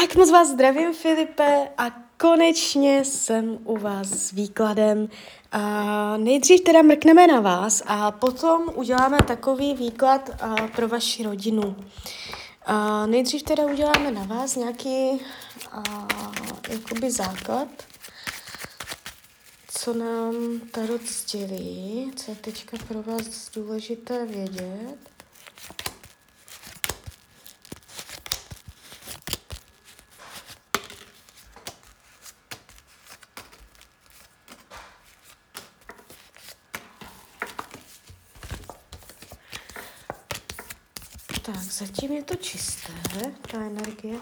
Tak moc vás zdravím, Filipe, a konečně jsem u vás s výkladem. Nejdřív teda mrkneme na vás a potom uděláme takový výklad pro vaši rodinu. Nejdřív teda uděláme na vás nějaký jakoby základ, co nám tarot sdělí, co je teďka pro vás důležité vědět. Tak, zatím je to čisté, ta energie.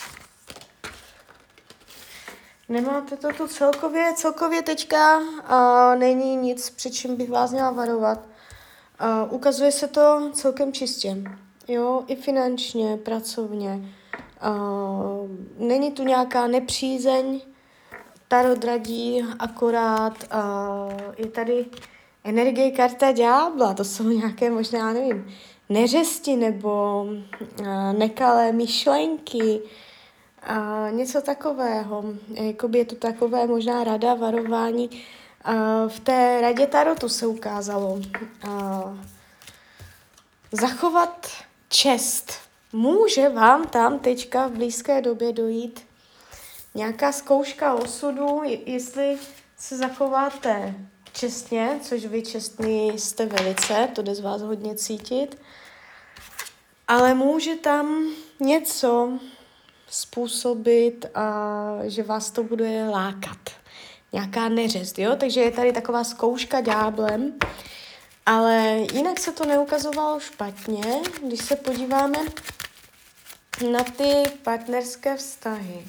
Nemáte to tu celkově teďka není nic, před čím bych vás měla varovat. Ukazuje se to celkem čistě, jo, i finančně, pracovně. Není tu nějaká nepřízeň, tarot radí, akorát je tady energie karta ďábla, to jsou nějaké možná, nevím, neřesti nebo nekalé myšlenky, něco takového. Jakoby je to takové možná rada, varování. V té radě tarotu se ukázalo zachovat čest. Může vám tam teďka v blízké době dojít nějaká zkouška osudu, jestli se zachováte čestně, což vy čestný jste velice, to jde z vás hodně cítit, ale může tam něco způsobit, že vás to bude lákat. Nějaká neřest, jo? Takže je tady taková zkouška ďáblem, ale jinak se to neukazovalo špatně, když se podíváme na ty partnerské vztahy.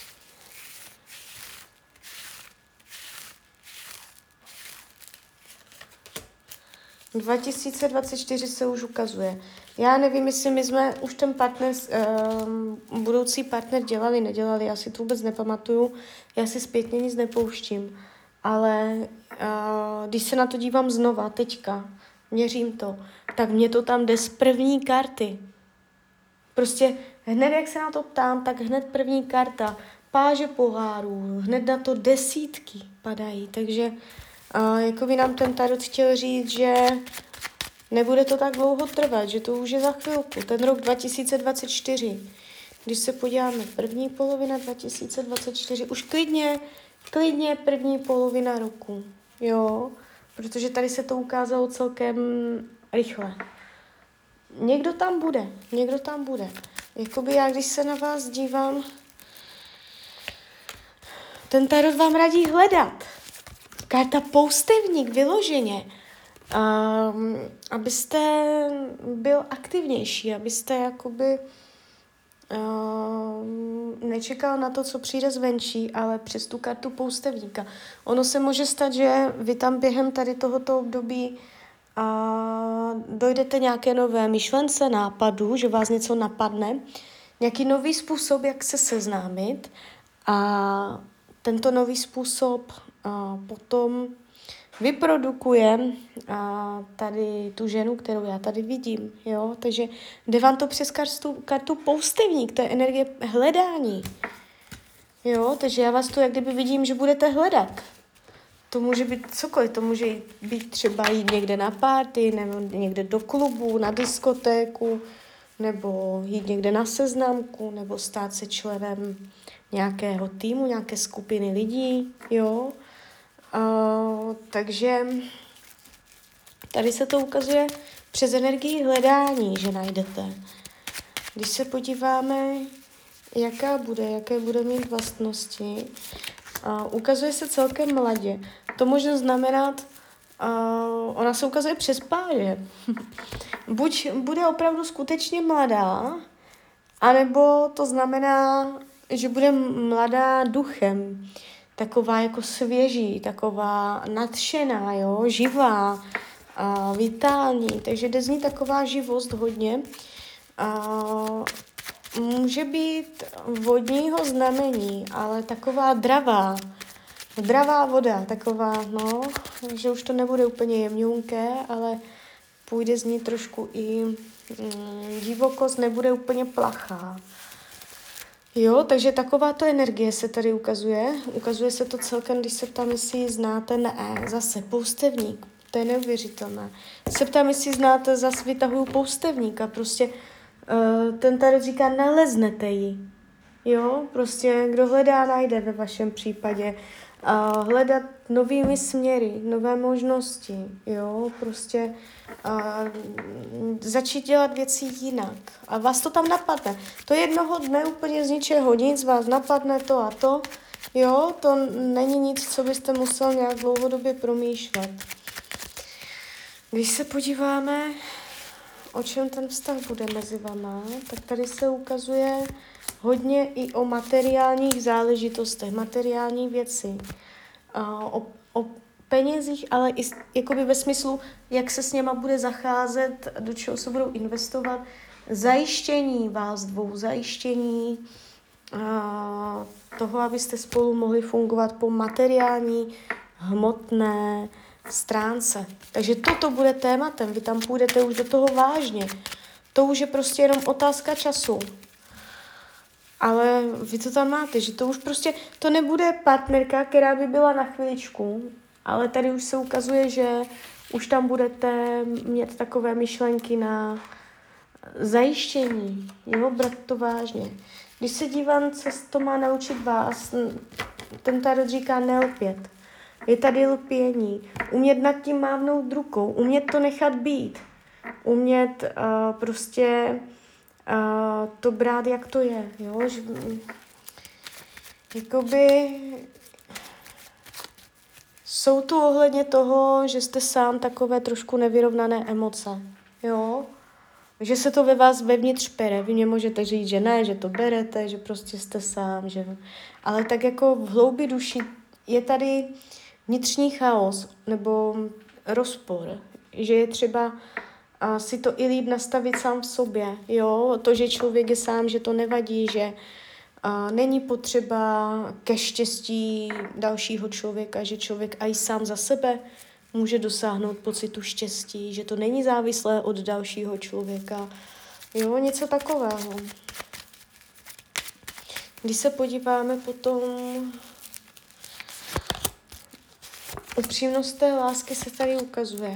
V 2024 se už ukazuje. Já nevím, jestli my jsme už ten budoucí partner dělali, nedělali, já si to vůbec nepamatuju, já si zpětně nic nepouštím, ale když se na to dívám znova, teďka, měřím to, tak mě to tam jde z první karty. Prostě hned, jak se na to ptám, tak hned první karta, páže pohárů, hned na to desítky padají, takže jako by nám ten tarot chtěl říct, že nebude to tak dlouho trvat, že to už je za chvilku. Ten rok 2024, když se podíváme, první polovina 2024, už klidně první polovina roku, jo, protože tady se to ukázalo celkem rychle. Někdo tam bude. Jakoby já, když se na vás dívám, ten tarot vám radí hledat. Karta poustevník vyloženě, abyste byl aktivnější, abyste jakoby nečekal na to, co přijde zvenčí, ale přes tu kartu poustevníka. Ono se může stát, že vy tam během tady tohoto období dojdete nějaké nové myšlence, nápadů, že vás něco napadne, nějaký nový způsob, jak se seznámit, a tento nový způsob potom vyprodukuje tady tu ženu, kterou já tady vidím, jo, takže jde vám to přes kartu poustevník, to je energie hledání, jo, takže já vás tu jak kdyby vidím, že budete hledat. To může být cokoliv, to může být třeba jít někde na party, nebo někde do klubu, na diskotéku, nebo jít někde na seznamku, nebo stát se členem nějakého týmu, nějaké skupiny lidí, jo. Takže tady se to ukazuje přes energii hledání, že najdete. Když se podíváme, jaké bude mít vlastnosti, ukazuje se celkem mladě. To může znamenat, ona se ukazuje přes páže. Buď bude opravdu skutečně mladá, anebo to znamená, že bude mladá duchem. Taková jako svěží, taková nadšená, jo, živá, vitální, takže jde z ní taková živost hodně. Může být vodního znamení, ale taková dravá voda, taková, no, že už to nebude úplně jemňunké, ale půjde z ní trošku i divokost, nebude úplně plachá. Jo, takže takováto energie se tady ukazuje. Ukazuje se to celkem, když se ptám, jestli znáte zase poustevník. To je neuvěřitelné. Se ptám, jestli znáte, zase vytahuju poustevníka. Prostě ten tady říká, naleznete ji. Jo, prostě kdo hledá, najde ve vašem případě. Hledat novými směry, nové možnosti, jo, prostě začít dělat věci jinak. A vás to tam napadne. To jednoho dne úplně z ničeho nic vás napadne to a to, jo, to není nic, co byste musel nějak dlouhodobě promýšlet. Když se podíváme, o čem ten vztah bude mezi vama, tak tady se ukazuje hodně i o materiálních záležitostech, materiální věci, o penězích, ale i jakoby ve smyslu, jak se s něma bude zacházet, do čeho se budou investovat, zajištění vás dvou, zajištění toho, abyste spolu mohli fungovat po materiální, hmotné stránce. Takže toto bude tématem, vy tam půjdete už do toho vážně. To už je prostě jenom otázka času. Ale vy to tam máte, že to už prostě, to nebude partnerka, která by byla na chviličku, ale tady už se ukazuje, že už tam budete mít takové myšlenky na zajištění, jo, brát to vážně. Když se dívám, co to má naučit vás, ten tarot říká nelpět. Je tady lpění, umět nad tím mávnout rukou, umět to nechat být, umět prostě to brát, jak to je, jo, že, jakoby jsou tu ohledně toho, že jste sám takové trošku nevyrovnané emoce, jo, že se to ve vás vevnitř pere, vy mě můžete říct, že ne, že to berete, že prostě jste sám, že, ale tak jako v hloubi duši je tady vnitřní chaos nebo rozpor, že je třeba si to i líp nastavit sám v sobě, jo, to, že člověk je sám, že to nevadí, že není potřeba ke štěstí dalšího člověka, že člověk i sám za sebe může dosáhnout pocitu štěstí, že to není závislé od dalšího člověka, jo, něco takového. Když se podíváme potom, upřímnost té lásky se tady ukazuje.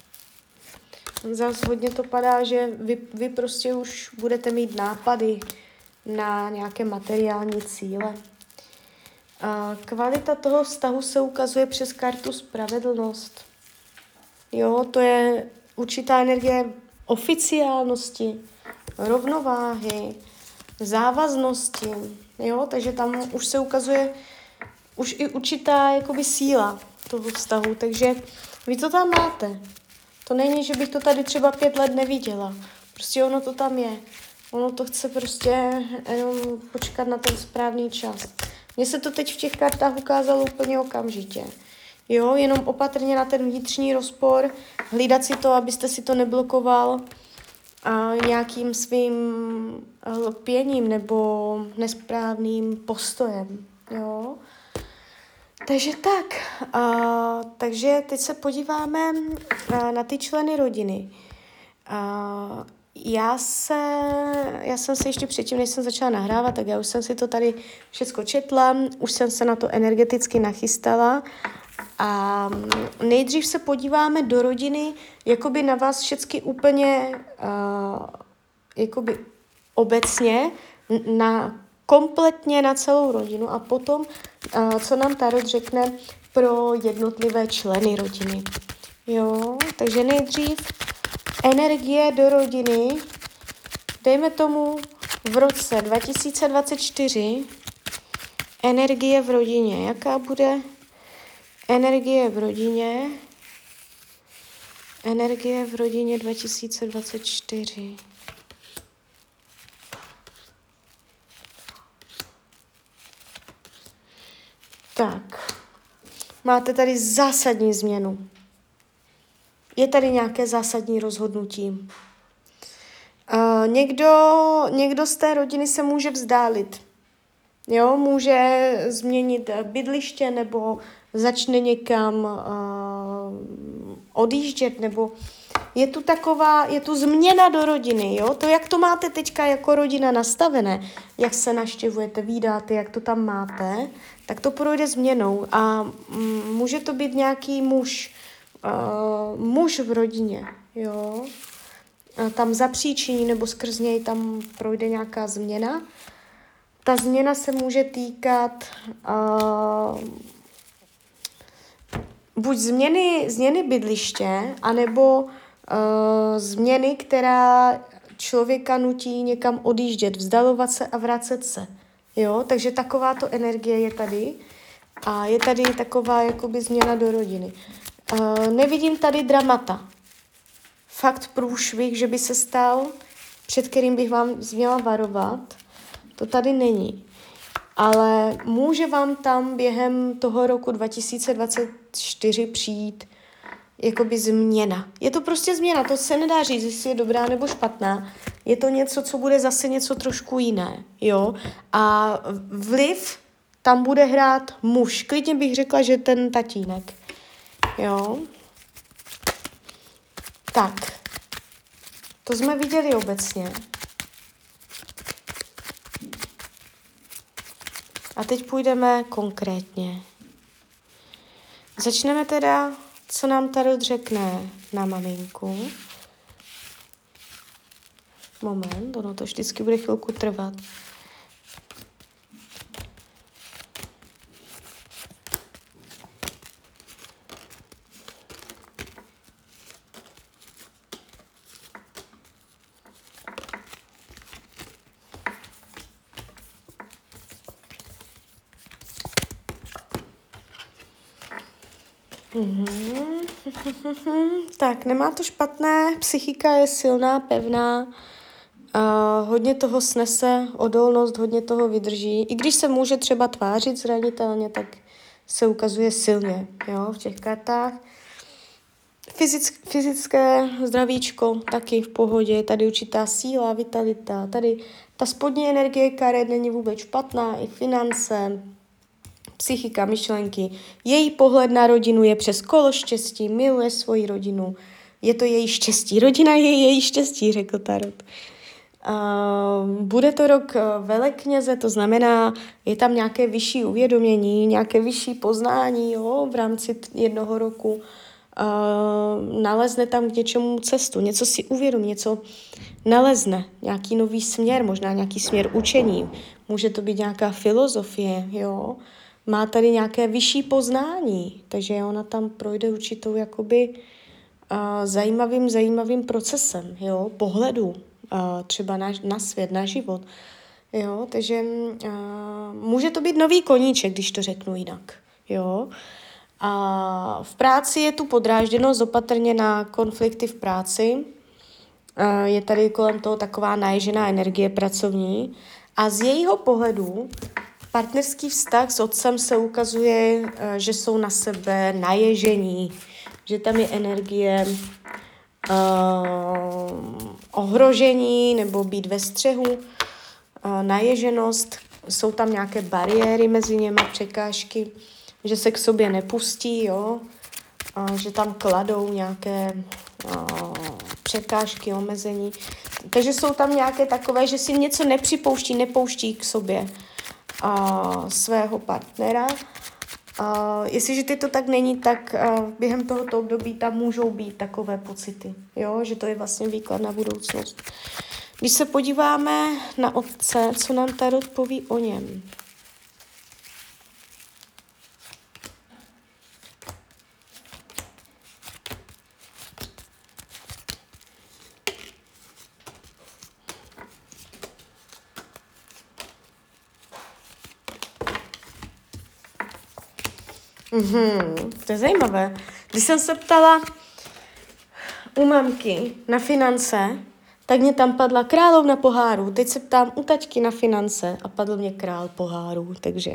Zas hodně to padá, že vy prostě už budete mít nápady na nějaké materiální cíle. Kvalita toho vztahu se ukazuje přes kartu spravedlnost. Jo, to je určitá energie oficiálnosti, rovnováhy, závaznosti. Jo, takže tam už se ukazuje už i určitá jakoby síla toho vztahu, takže vy to tam máte. To není, že bych to tady třeba 5 let neviděla. Prostě ono to tam je. Ono to chce prostě jenom počkat na ten správný čas. Mně se to teď v těch kartách ukázalo úplně okamžitě. Jo, jenom opatrně na ten vnitřní rozpor, hlídat si to, abyste si to neblokoval nějakým svým lpěním nebo nesprávným postojem. Jo. Takže tak, takže teď se podíváme na ty členy rodiny. Já jsem se ještě předtím, než jsem začala nahrávat, tak já už jsem si to tady všechno četla, už jsem se na to energeticky nachystala a nejdřív se podíváme do rodiny, jakoby na vás všechny úplně, jakoby obecně, kompletně na celou rodinu a potom, co nám tarot řekne pro jednotlivé členy rodiny. Jo, takže nejdřív energie do rodiny, dejme tomu v roce 2024, energie v rodině. Jaká bude energie v rodině? Energie v rodině 2024. Tak, máte tady zásadní změnu. Je tady nějaké zásadní rozhodnutí. Někdo z té rodiny se může vzdálit. Jo, může změnit bydliště nebo začne někam odjíždět nebo je tu změna do rodiny, jo? To, jak to máte teďka jako rodina nastavené, jak se navštěvujete, vídáte, jak to tam máte, tak to projde změnou a může to být nějaký muž v rodině, jo? A tam zapříčiní nebo skrz něj tam projde nějaká změna. Ta změna se může týkat buď změny bydliště, anebo změny, která člověka nutí někam odjíždět, vzdalovat se a vracet se. Jo? Takže takováto energie je tady a je tady taková jakoby změna do rodiny. Nevidím tady dramata. Fakt průšvih, že by se stal, před kterým bych vám měla varovat, to tady není. Ale může vám tam během toho roku 2024 přijít jakoby změna. Je to prostě změna, to se nedá říct, jestli je dobrá nebo špatná. Je to něco, co bude zase něco trošku jiné, jo. A vliv tam bude hrát muž. Klidně bych řekla, že ten tatínek, jo. Tak, to jsme viděli obecně. A teď půjdeme konkrétně. Začneme teda, co nám Tarot řekne na maminku. Moment, ono to vždycky bude chvilku trvat. Tak, nemá to špatné, psychika je silná, pevná, hodně toho snese, odolnost, hodně toho vydrží. I když se může třeba tvářit zranitelně, tak se ukazuje silně, jo, v těch kartách. Fyzické zdravíčko taky v pohodě, tady určitá síla, vitalita, tady ta spodní energie karet není vůbec špatná, i finance, psychika, myšlenky. Její pohled na rodinu je přes kolo štěstí, miluje svoji rodinu. Je to její štěstí. Rodina je její štěstí, řekl Tarot. Bude to rok velekněze, to znamená, je tam nějaké vyšší uvědomění, nějaké vyšší poznání, jo, v rámci jednoho roku. Nalezne tam k něčemu cestu, něco si uvědomí, něco nalezne, nějaký nový směr, možná nějaký směr učení. Může to být nějaká filozofie, jo. Má tady nějaké vyšší poznání, takže ona tam projde určitou jakoby zajímavým procesem, jo, pohledu třeba na svět, na život, jo, takže může to být nový koníček, když to řeknu jinak, jo. A v práci je tu podrážděnost, opatrně na konflikty v práci, je tady kolem toho taková naježená energie pracovní a z jejího pohledu partnerský vztah s otcem se ukazuje, že jsou na sebe naježení, že tam je energie ohrožení nebo být ve střehu, naježenost, jsou tam nějaké bariéry mezi nimi, překážky, že se k sobě nepustí, jo? Že tam kladou nějaké překážky, omezení. Takže jsou tam nějaké takové, že si něco nepouští k sobě svého partnera. Jestliže ty to tak není, tak během tohoto období tam můžou být takové pocity, jo? Že to je vlastně výklad na budoucnost. Když se podíváme na otce, co nám Tarot poví o něm. To je zajímavé. Když jsem se ptala u mamky na finance, tak mě tam padla královna pohárů. Teď se ptám u taťky na finance a padl mě král pohárů, takže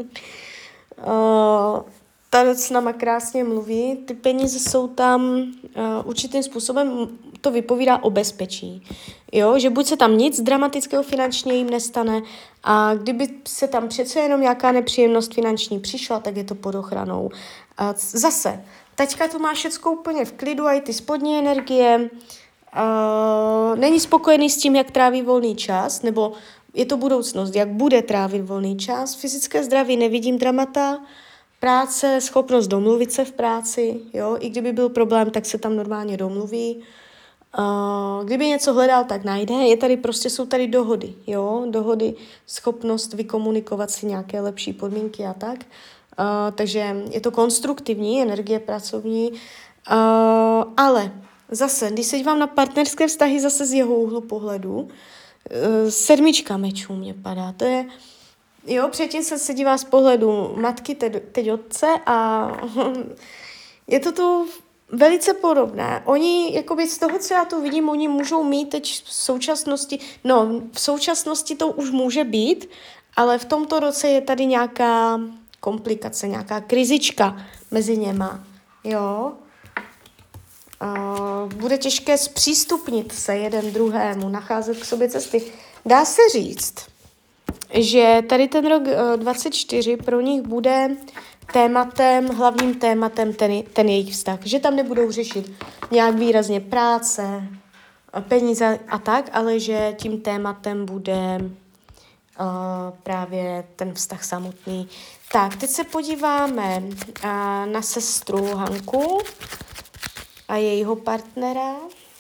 Tarot s náma krásně mluví. Ty peníze jsou tam určitým způsobem, to vypovídá o bezpečí. Jo? Že buď se tam nic dramatického finančně jim nestane a kdyby se tam přece jenom nějaká nepříjemnost finanční přišla, tak je to pod ochranou. Zase, Teďka to má všecko úplně v klidu, a i ty spodní energie. Není spokojený s tím, jak tráví volný čas, nebo je to budoucnost, jak bude trávit volný čas. Fyzické zdraví nevidím dramata, práce, schopnost domluvit se v práci, jo, i kdyby byl problém, tak se tam normálně domluví. Kdyby něco hledal, tak najde. Jsou tady dohody, jo, dohody, schopnost vykomunikovat si nějaké lepší podmínky a tak. Takže je to konstruktivní, energie pracovní, ale zase, když se dívám na partnerské vztahy zase z jeho úhlu pohledu, 7 mečů mě padá, to je, jo, předtím se dívá z pohledu matky, teď otce a je to tu velice podobné. Oni, jakoby z toho, co já tu vidím, oni můžou mít teď v současnosti to už může být, ale v tomto roce je tady nějaká komplikace, nějaká krizička mezi něma, jo. Bude těžké zpřístupnit se jeden druhému, nacházet k sobě cesty. Dá se říct, že tady ten rok 24 pro nich bude hlavním tématem ten jejich vztah. Že tam nebudou řešit nějak výrazně práce, peníze a tak, ale že tím tématem bude právě ten vztah samotný. Tak, teď se podíváme na sestru Hanku a jejího partnera.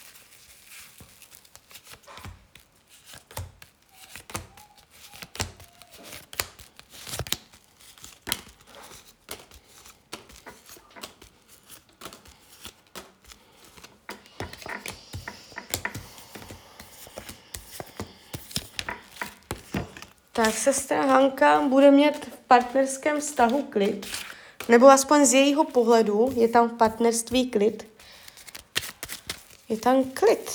Tak sestra Hanka bude mít v partnerském vztahu klid, nebo aspoň z jejího pohledu je tam v partnerství klid. Je tam klid.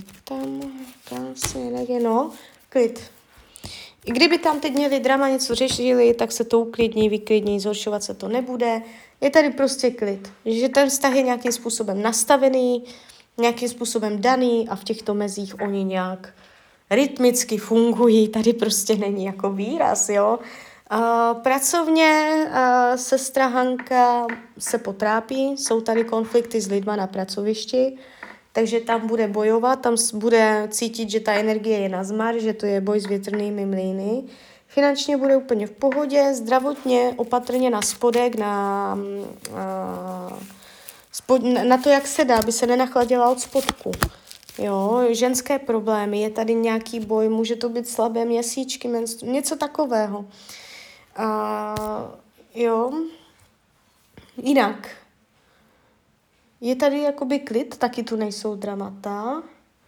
Klid. I kdyby tam teď měli drama něco řešili, tak se to vyklidní, zhoršovat se to nebude. Je tady prostě klid. Že ten vztah je nějakým způsobem nastavený, nějakým způsobem daný a v těchto mezích oni nějak rytmicky fungují, tady prostě není jako výraz, jo. Pracovně sestra Hanka se potrápí, jsou tady konflikty s lidma na pracovišti, takže tam bude bojovat, tam bude cítit, že ta energie je na zmar, že to je boj s větrnými mlýny. Finančně bude úplně v pohodě, zdravotně opatrně na spodek, na to, jak se dá, aby se nenachladila od spodku. Jo, ženské problémy, je tady nějaký boj, může to být slabé měsíčky, něco takového. Jo, jinak. Je tady jakoby klid, taky tu nejsou dramata.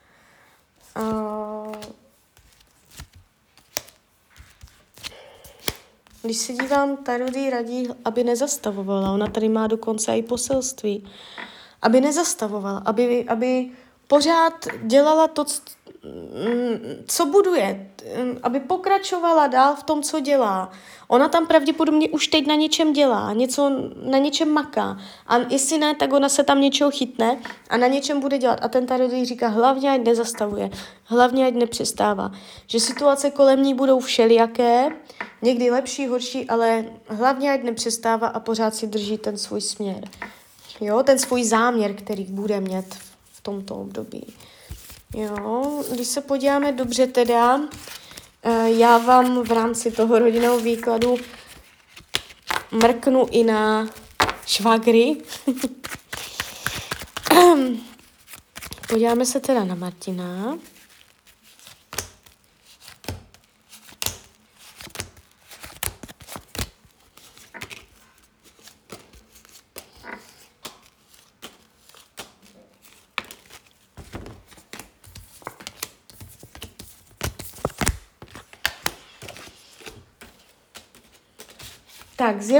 Když se dívám, Tarot radí, aby nezastavovala. Ona tady má dokonce i poselství. Aby nezastavovala, aby pořád dělala to, co buduje, aby pokračovala dál v tom, co dělá. Ona tam pravděpodobně už teď na něčem dělá, na něčem maká. A jestli ne, tak ona se tam něčeho chytne a na něčem bude dělat. A ten Tarot říká, hlavně ať nezastavuje, hlavně ať nepřestává. Že situace kolem ní budou všelijaké, někdy lepší, horší, ale hlavně ať nepřestává a pořád si drží ten svůj směr. Jo, ten svůj záměr, který bude mít v tomto období. Jo, když se podíváme dobře teda, já vám v rámci toho rodinného výkladu mrknu i na švagry. Podíváme se teda na Martina. Tak, z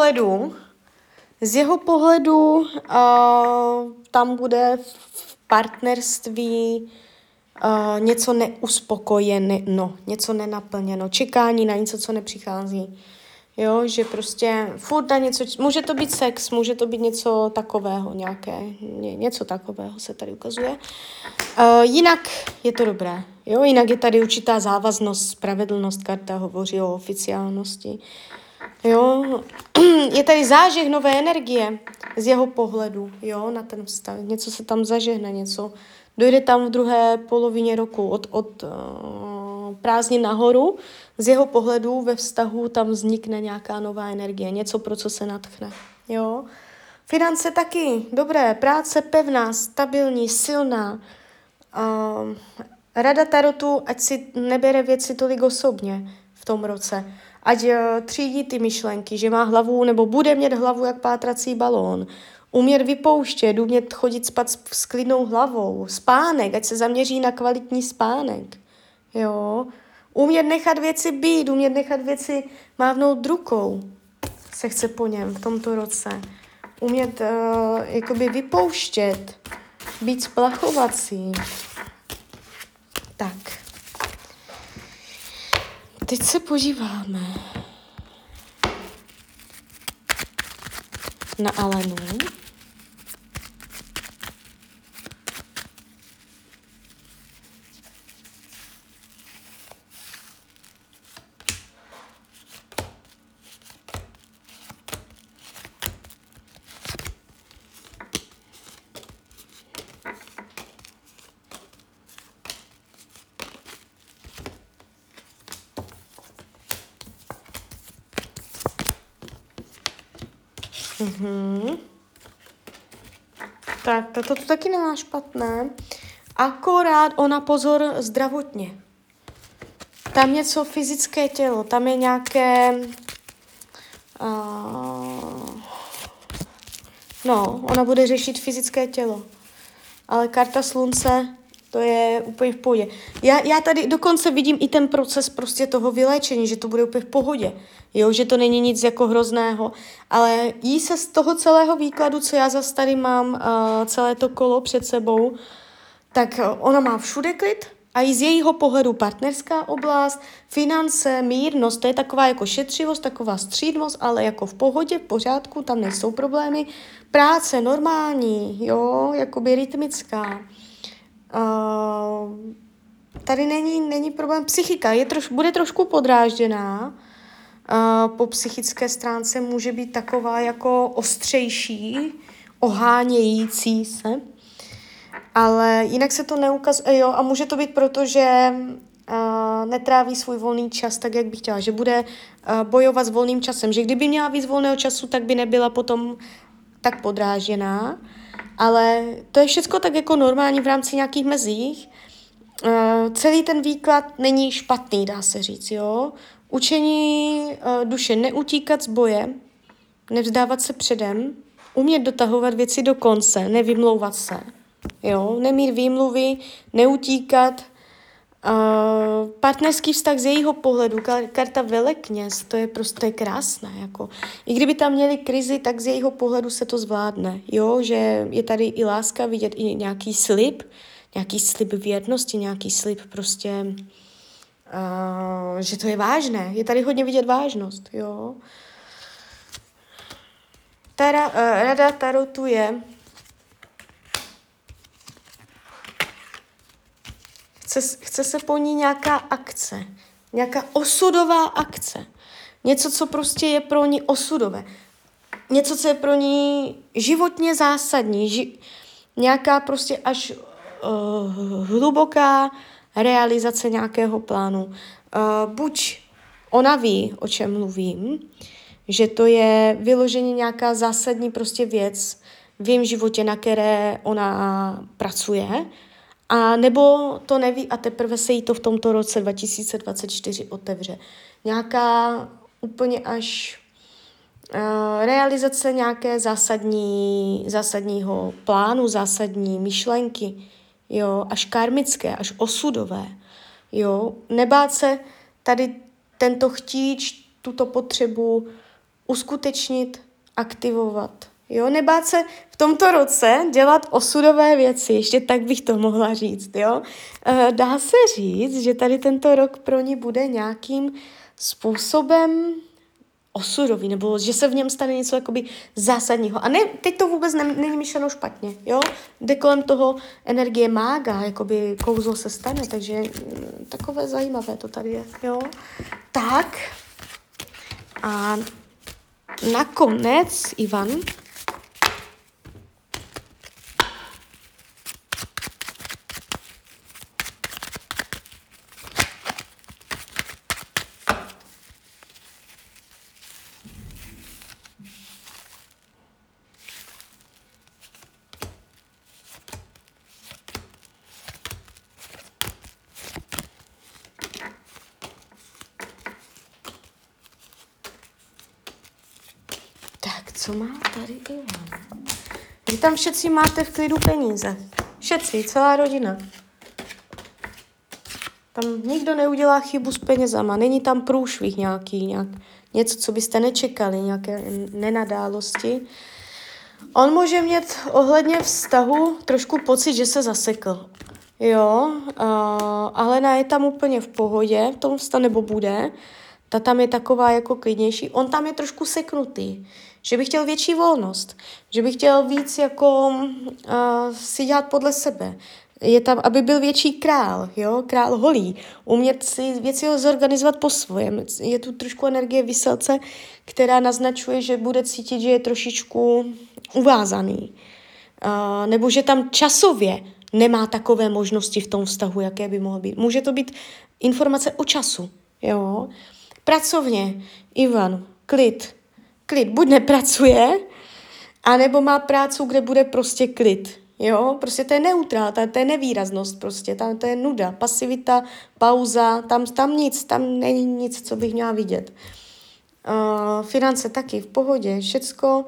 jeho pohledu tam bude v partnerství něco neuspokojeno, něco nenaplněno, čekání na něco, co nepřichází. Jo, že prostě furt na něco, může to být sex, může to být něco takového, něco takového se tady ukazuje. Jinak je to dobré, jo, jinak je tady určitá závaznost, spravedlnost, karta hovoří o oficiálnosti. Jo, je tady zážeh nové energie. z jeho pohledu, jo, na ten vztah. Něco se tam zažehne, něco dojde tam v druhé polovině roku od prázdnin nahoru. Z jeho pohledu ve vztahu tam vznikne nějaká nová energie, něco, pro co se nadchne, jo. Finance taky, dobré, práce pevná, stabilní, silná. Rada tarotu, ať si nebere věci tolik osobně v tom roce. Ať třídí ty myšlenky, že má hlavu, nebo bude mít hlavu jak pátrací balón. Umět vypouštět, umět chodit spát s klidnou hlavou. Spánek, ať se zaměří na kvalitní spánek. Jo. Umět nechat věci být, umět nechat věci mávnout rukou. Se chce po něm v tomto roce. Umět jakoby vypouštět, být splachovací. Tak. Teď se podíváme na Alenu. Tak, to taky nemá špatné. Akorát ona pozor zdravotně. Tam něco fyzické tělo, tam je nějaké... ona bude řešit fyzické tělo. Ale karta slunce, to je úplně v pohodě. Já tady dokonce vidím i ten proces prostě toho vyléčení, že to bude úplně v pohodě. Jo, že to není nic jako hrozného. Ale jí se z toho celého výkladu, co já zase tady mám, celé to kolo před sebou, tak ona má všude klid a i z jejího pohledu partnerská oblast, finance, mírnost, to je taková jako šetřivost, taková střídmost, ale jako v pohodě, v pořádku, tam nejsou problémy. Práce normální, jo, jakoby rytmická. Tady není problém. Psychika bude trošku podrážděná. Po psychické stránce může být taková jako ostřejší, ohánějící se. Ale jinak se to neukazuje, a může to být proto, že netráví svůj volný čas tak, jak by chtěla, že bude bojovat s volným časem, že kdyby měla víc volného času, tak by nebyla potom tak podrážděná, ale to je všechno tak jako normální v rámci nějakých mezích. Celý ten výklad není špatný, dá se říct, jo. Učení duše, neutíkat z boje, nevzdávat se předem, umět dotahovat věci do konce, nevymlouvat se, jo, nemít výmluvy, neutíkat. Partnerský vztah z jejího pohledu, karta velekněz, to je prostě krásné, jako. I kdyby tam měli krizi, tak z jejího pohledu se to zvládne, jo, že je tady i láska, vidět i nějaký slib věrnosti, nějaký slib prostě, že to je vážné, je tady hodně vidět vážnost, jo. Rada tarotu je, chce se po ní nějaká akce, nějaká osudová akce. Něco, co prostě je pro ní osudové. Něco, co je pro ní životně zásadní. Nějaká prostě až hluboká realizace nějakého plánu. Buď ona ví, o čem mluvím, že to je vyloženě nějaká zásadní prostě věc v jejím životě, na které ona pracuje, a nebo to neví a teprve se jí to v tomto roce 2024 otevře. Nějaká úplně až realizace nějaké zásadního plánu, zásadní myšlenky, jo, až karmické, až osudové, jo. Nebát se tady tento chtíč, tuto potřebu uskutečnit, aktivovat. Jo, nebát se v tomto roce dělat osudové věci, ještě tak bych to mohla říct, jo. Dá se říct, že tady tento rok pro ní bude nějakým způsobem osudový, nebo že se v něm stane něco jakoby zásadního. A ne, teď to vůbec není myšleno špatně, jo. Jde kolem toho energie mága, jakoby kouzlo se stane, takže takové zajímavé to tady je, jo. Tak a nakonec, Ivan, Tak co má tady Ivan? Vy tam všetci máte v klidu peníze. Všetci, celá rodina. Tam nikdo neudělá chybu s penězama. Není tam průšvih něco, co byste nečekali, nějaké nenadálosti. On může mít ohledně vztahu trošku pocit, že se zasekl. Jo, Alena je tam úplně v pohodě, v tom vztahu nebo bude. Ta tam je taková jako klidnější. On tam je trošku seknutý. Že by chtěl větší volnost. Že by chtěl víc jako si dělat podle sebe. Je tam, aby byl větší král, jo, král holí. Umět si věci zorganizovat po svém. Je tu trošku energie Vyselce, která naznačuje, že bude cítit, že je trošičku uvázaný. Nebo že tam časově nemá takové možnosti v tom vztahu, jaké by mohlo být. Může to být informace o času, jo. Pracovně, Ivan, klid. Buď nepracuje, anebo má prácu, kde bude prostě klid. Jo, prostě to je neutrál, to je nevýraznost prostě, to je nuda, pasivita, pauza, tam nic, tam není nic, co bych měla vidět. Finance taky v pohodě, všecko.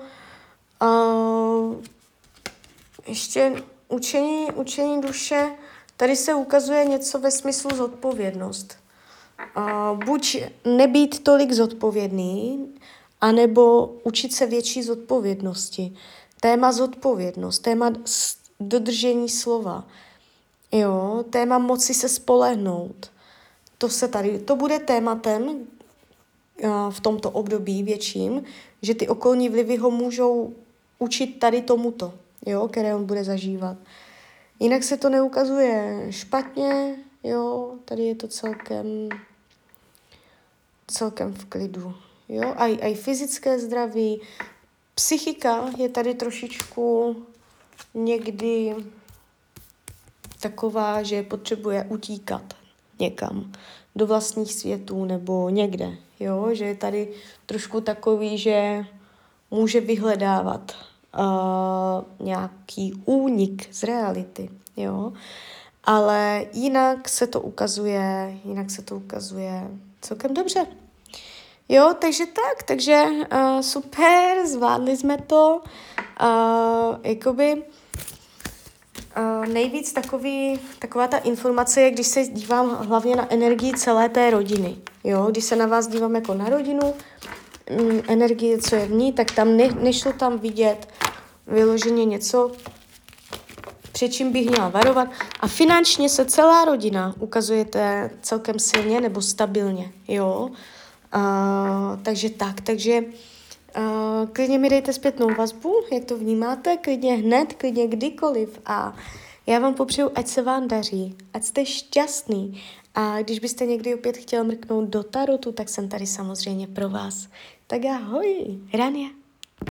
Ještě učení duše, tady se ukazuje něco ve smyslu zodpovědnost. Buď nebýt tolik zodpovědný, anebo učit se větší zodpovědnosti. Téma zodpovědnost, téma dodržení slova, jo, téma moci se spolehnout. To bude tématem v tomto období větším, že ty okolní vlivy ho můžou učit tady tomuto, jo, které on bude zažívat. Jinak se to neukazuje špatně, jo, tady je to celkem v klidu. Jo, aj fyzické zdraví, psychika je tady trošičku někdy taková, že potřebuje utíkat někam do vlastních světů nebo někde, jo, že je tady trošku takový, že může vyhledávat nějaký únik z reality, jo, ale jinak se to ukazuje celkem dobře. Jo, takže super, zvládli jsme to. Nejvíc taková ta informace je, když se dívám hlavně na energii celé té rodiny. Jo, když se na vás dívám jako na rodinu, energie, co je v ní, tak tam nešlo tam vidět vyloženě něco, před čím bych měla varovat. A finančně se celá rodina ukazujete celkem silně nebo stabilně, jo. Takže klidně mi dejte zpětnou vazbu, jak to vnímáte, klidně hned, klidně kdykoliv a já vám popřeju, ať se vám daří, ať jste šťastný a když byste někdy opět chtěl mrknout do tarotu, tak jsem tady samozřejmě pro vás. Tak ahoj, Rania.